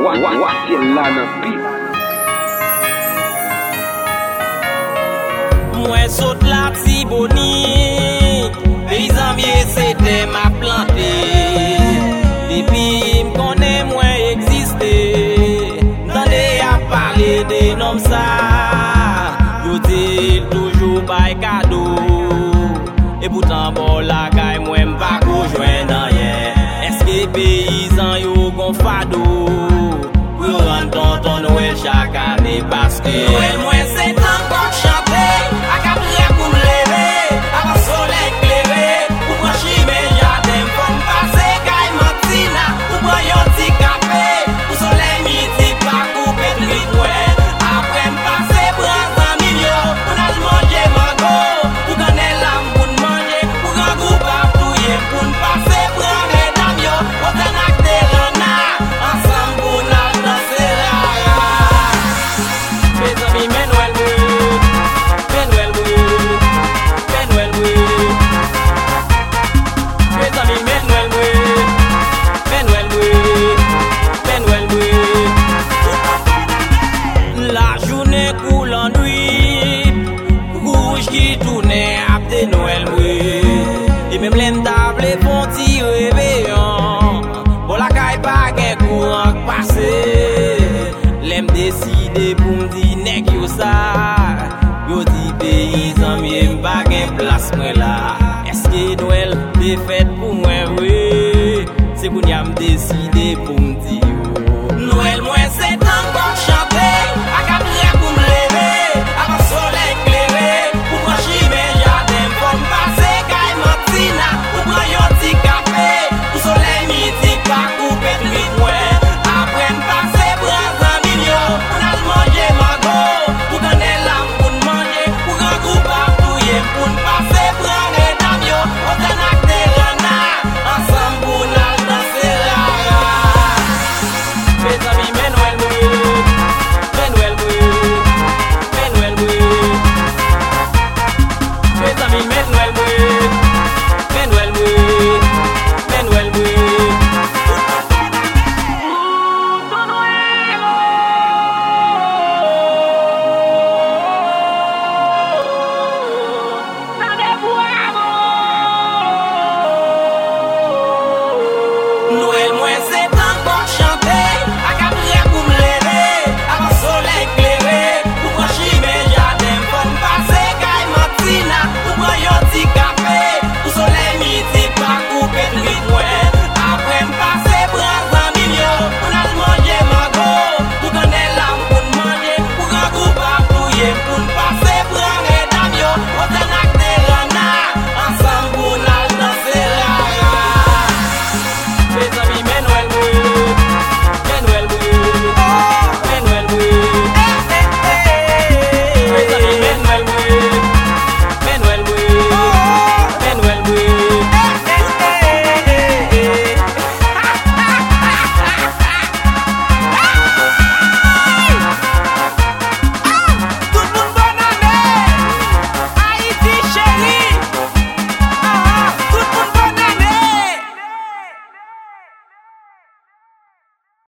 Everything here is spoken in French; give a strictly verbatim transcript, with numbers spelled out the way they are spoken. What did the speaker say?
Moi saute la Tibonique, paysan bien c'était ma plantée. Depuis m'connais moi exister, t'endais à parler des noms ça. Yo t'es toujours by cadeau, et pourtant bon la caille moi m'pas rejoindre rien. Est-ce que paysan yo gon fado, pour rendre ton Noël chaque année parce que Noël moi c'est temps pour chanter. Noël oui, et même l'entable font ti réveillon. Bon la caille pas gain courant passé. L'aime décider pour me dire nèg yo ça. Yo dit paysan mieux pas gain place moi là. Est-ce que Noël est fait pour moi oui? C'est pour y am décider pour me dire